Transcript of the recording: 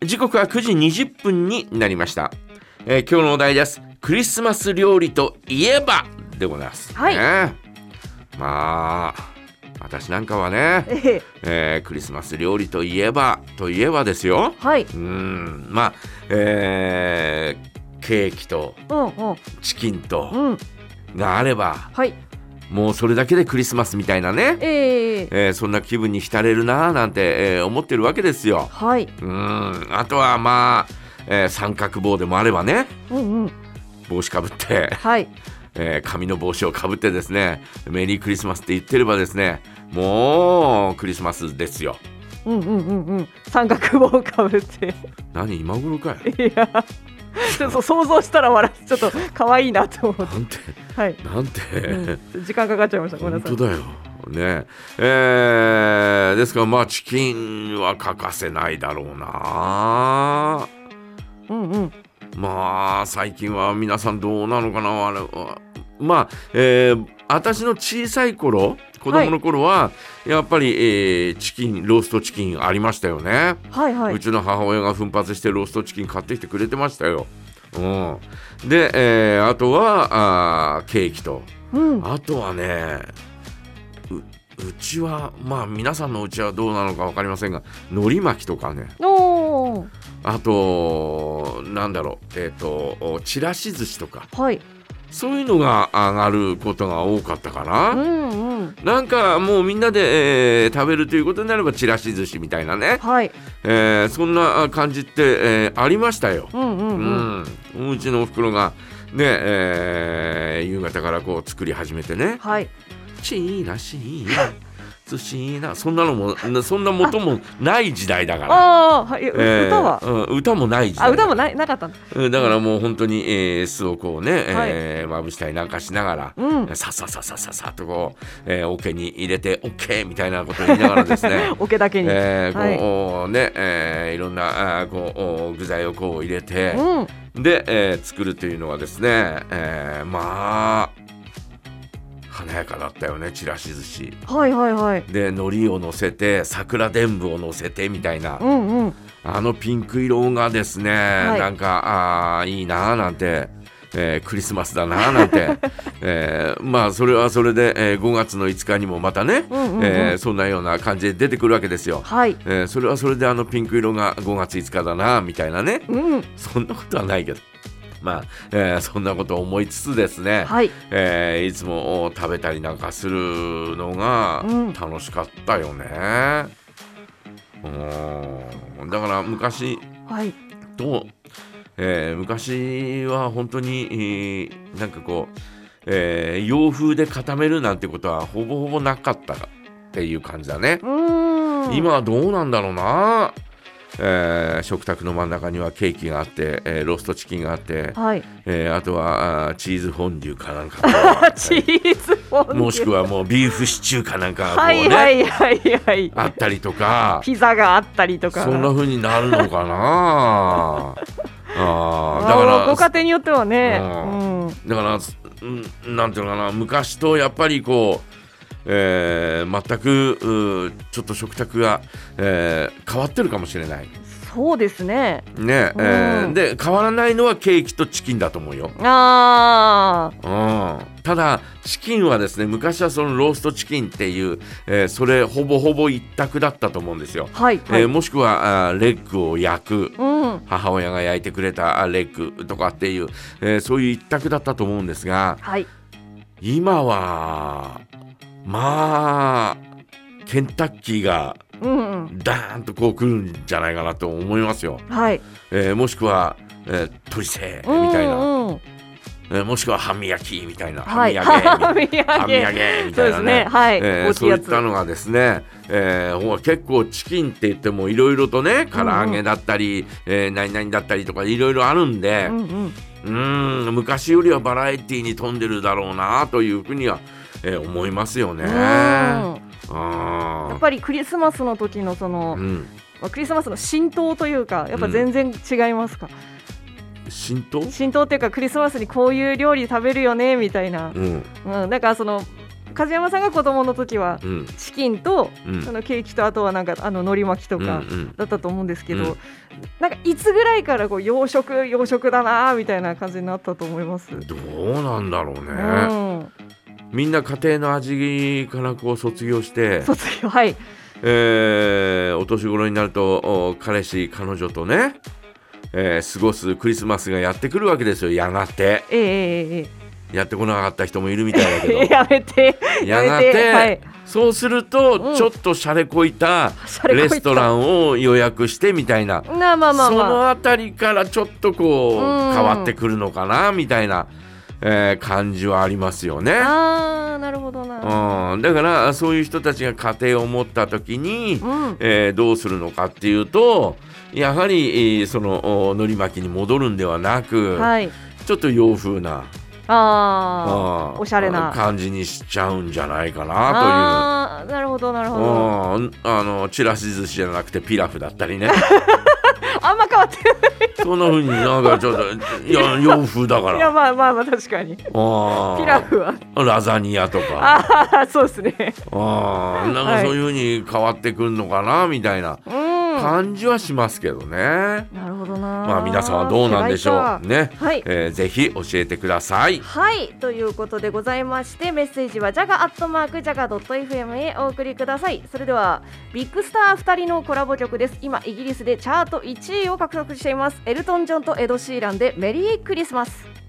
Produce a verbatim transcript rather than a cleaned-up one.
時刻はくじにじゅっぷんになりました、えー、今日のお題です。クリスマス料理といえばでございます、 はいね、まあ私なんかはね、 えええー、クリスマス料理といえばといえばですよ、 はい、 うーんまあ、えー、ケーキとうんうんチキンとうんがあれば、 はい、 もうそれだけでクリスマスみたいなね、 えー、 えー、そんな気分に浸れるななんて、えー、思ってるわけですよ。 はい、 うーんあとはまあ、えー、三角帽でもあればね、 うんうん帽子かぶって、 はいえー、紙の帽子をかぶってですね、メリークリスマスって言ってればですね、もうクリスマスですよ。 うんうんうんうん三角帽かぶって何今頃かよ。 いやちょっと想像したら笑ってちょっと可愛いなと思ってなんて、 はい、 なんて、 うん、時間かかっちゃいました。ごめんなさい。 本当だよね。えー、ですからまあチキンは欠かせないだろうな。 うんうんまあ最近は皆さんどうなのかな。あれはまあ、えー、私の小さい頃、子供の頃は、はい、やっぱり、えー、チキンローストチキンありましたよね。 はいはい。 うちの母親が奮発してローストチキン買ってきてくれてましたよ。うん、で、えー、あとはあケーキと、 うん、 あとはね、う, うちはまあ皆さんのうちはどうなのか分かりませんが、海苔巻きとかね、 おー、 あとなんだろう、えーとちらし寿司とか、 はい、 そういうのが上がることが多かったかな、 うんうん、 なんかもうみんなで、えー、食べるということになればちらし寿司みたいなね、 はい、 えー、そんな感じって、えー、ありましたよ。 うんうんうんうん、うちのおふくろがね、えー、夕方からこう作り始めてね、 はい、 ちらし寿司な、そんなのもそんな元もない時代だから、 ああ、はい、 えー、 歌は、 うん、歌もない時代、 あ、歌もな、なかったんだ。 だからもう本当に、えー、酢をこうね、えーはい、 まぶしたりなんかしながら、 うん、 ささささささとこう、えー、桶に入れて OK みたいなことを言いながらですね桶だけに、 えー、こう、 はい、 ね、えー、いろんなあこう具材をこう入れて、 うん、 で、えー、作るというのはですね、えー、まあ華やかだったよね、ちらし寿司。 はいはいはい。 で海苔を乗せて桜でんぶを乗せてみたいな、 うんうん、 あのピンク色がですね、はい、なんかあいいななんて、えー、クリスマスだななんて、えー、まあそれはそれで、えー、ごがつのいつかにもまたね、うんうんうん、えー、そんなような感じで出てくるわけですよ、 はい、 えー、それはそれであのピンク色がごがついつかだなみたいなね、うん、そんなことはないけど、まあえー、そんなことを思いつつですね、はい、えー、いつも食べたりなんかするのが楽しかったよね、うん、だから昔と、はい、えー、昔は本当に、えー、なんかこう、えー、洋風で固めるなんてことはほぼほぼなかったっていう感じだね。うーん、今はどうなんだろうな。えー、食卓の真ん中にはケーキがあって、えー、ローストチキンがあって、はい、えー、あとはあチーズフォンデュかなんかチーズフォンデュ、 もしくはもうビーフシチューかなんかがこうね、 はいはいはいはい、 あったりとか、 ピザがあったりとか、 そんな風になるのかなあ、 だからご家庭によってはね、 うんうん、だからなんていうのかな、昔とやっぱりこう、えー、全くちょっと食卓が、えー、変わってるかもしれない。 そうですね。 ね、うん、えー、で変わらないのはケーキとチキンだと思うよ。 あ、 うん、ただチキンはですね、昔はそのローストチキンっていう、えー、それほぼほぼ一択だったと思うんですよ、はいはい、えー、もしくはあレッグを焼く、うん、母親が焼いてくれたレッグとかっていう、えー、そういう一択だったと思うんですが、はい、今はまあケンタッキーがダーンとこう来るんじゃないかなと思いますよ、はい、えー、もしくは、えー、鶏せみたいな、うんうん、えー、もしくは半身焼きみたいな、はい、半身揚げ半身揚げみたいな ね, そうですね、はい、えー、そういったのがですね、えー、結構チキンって言ってもいろいろとね、唐揚げだったり、うんうん、えー、何々だったりとかいろいろあるんで、うんうん、うーん、昔よりはバラエティに富んでるだろうなというふうにはえー、思いますよね。あ、 やっぱりクリスマスの時のその、うん、クリスマスの浸透というかやっぱ全然違いますか？ うん、浸透？ 浸透っていうかクリスマスにこういう料理食べるよねみたいな、うんうん、だからその梶山さんが子供の時は、うん、チキンと、うん、そのケーキとあとはなんかあの海苔巻きとかだったと思うんですけど、うんうん、なんかいつぐらいからこう洋食洋食だなみたいな感じになったと思います？ どうなんだろうね、うん、みんな家庭の味からこう卒業して卒業はい、 えー、お年頃になると彼氏彼女とね、えー、過ごすクリスマスがやってくるわけですよ。やがて、 えーえー、やってこなかった人もいるみたいだけどやめてやがて、はい、そうするとちょっとシャレこいたレストランを予約してみたいな、 うん、まあまあまあ、 そのあたりからちょっとこう、うん、変わってくるのかなみたいな、えー、感じはありますよね。 あー、なるほどな、 うん、だからそういう人たちが家庭を持った時に、うん、えー、どうするのかっていうと、やはりその海苔巻きに戻るんではなく、はい、ちょっと洋風なあおしゃれな感じにしちゃうんじゃないかなという。 あなるほどなるほど、 あのちらし寿司じゃなくてピラフだったりねあんま変わってないそんな風になんかちょっといや洋風だからいやまあまあまあ確かにあピラフはラザニアとかああそうですねあなんかそういう風に変わってくるのかなみたいな、うん感じはしますけどね。 なるほどな。 まあ皆さんはどうなんでしょうね、はいえー、ぜひ教えてください。 はいということでございまして、メッセージはジャガアットマークジャガドットエフエムへお送りください。それではビッグスターふたりのコラボ曲です。今イギリスでチャートいちいを獲得しています。エルトン・ジョンとエド・シーランでメリークリスマス。